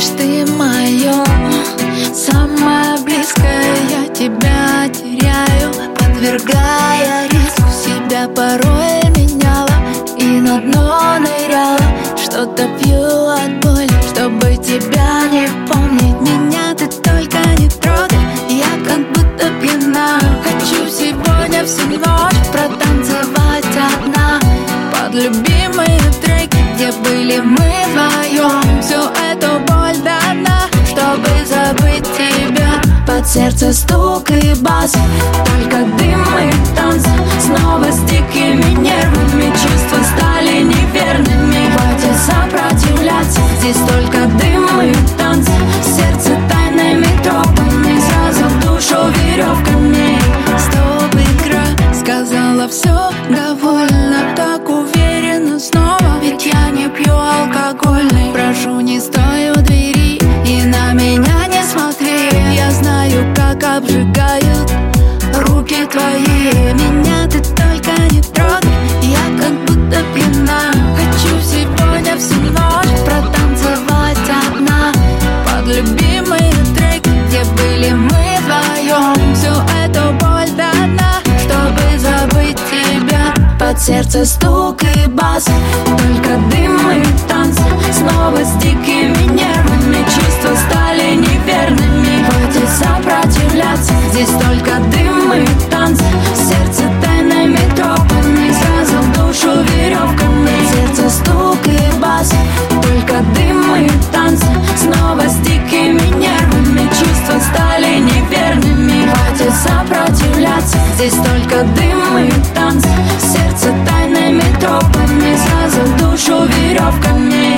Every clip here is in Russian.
лишь ты мое, самое близкое, я тебя теряю, подвергая риску себя, порой меняла и на дно ныряла. Что-то пью от боли, чтобы тебя не помнить. Меня ты только не трогай, я как будто пьяна. Хочу сегодня всю ночь протанцевать одна под любимые треки, где были мы вдвоем. Всю эту боль до дна, чтобы забыть тебя. Под сердце стук и бас, только дым и танцы. Снова с дикими нервами чувства стали неверными. Хватит сопротивляться, здесь только дым и танцы. Сердце тайными тропами, сразу в душу веревками. Стоп, игра, сказала все довольно, так уверенно снова. Ведь я не пью алкогольный, прошу, не стой у двери и на меня не смотри. Я знаю, как обжигают руки твои. Меня ты только не трогай, я как будто пьяна. Хочу сегодня всю ночь протанцевать одна под любимые треки, где были мы вдвоем. Всю эту боль до дна, чтобы забыть тебя. Под сердце стук и бас, только дым и танцы. Снова с дикими нервами чувства стали неверными. Хватит сопротивляться, здесь только дым и танцы. Сердце тайными тропами, сразу в душу веревками. Сердце стук и бас, только дым и танцы. Снова с дикими нервами чувства стали неверными. Хватит сопротивляться, здесь только дым и танцы. Сердце тайными тропами, сразу в душу веревками.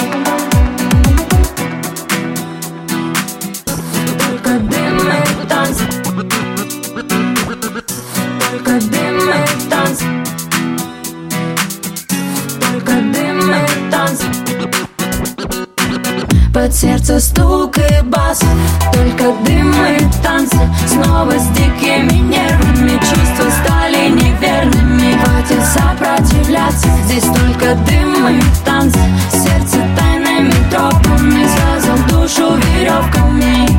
Только дым и танцы, только дым и танцы, только дым и танцы. Под сердце стук и бас, только дым и танцы. Снова с дикими нервами чувства стали неверными. Хватит сопротивляться, здесь только дым и танцы. Сердце тайными тропами, сразу в душу веревками.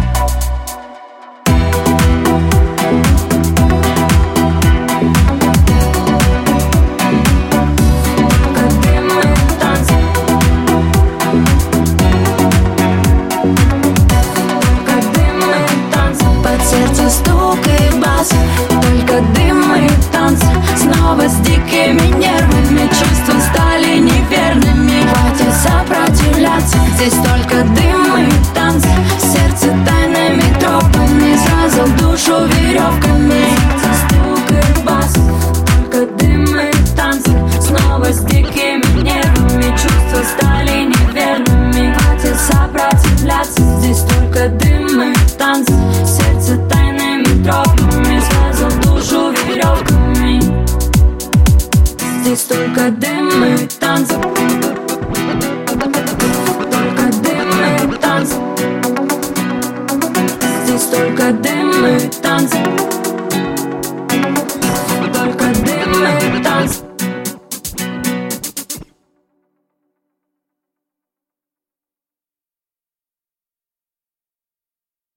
Стук и бас, только дым и танцы. Снова с дикими нервами чувства стали неверными. Хватит сопротивляться, здесь только дым и танцы. Сердце тайными тропами, сразу в душу веревками. Стук и бас, только дым и танцы. Снова с дикими нервами чувства стали неверными. Хватит сопротивляться, здесь только дым и танцы. Сердце тайными тропами, сразу в душу веревками. Здесь только дым и танцы, только дым и танцы. Здесь только дым и танцы.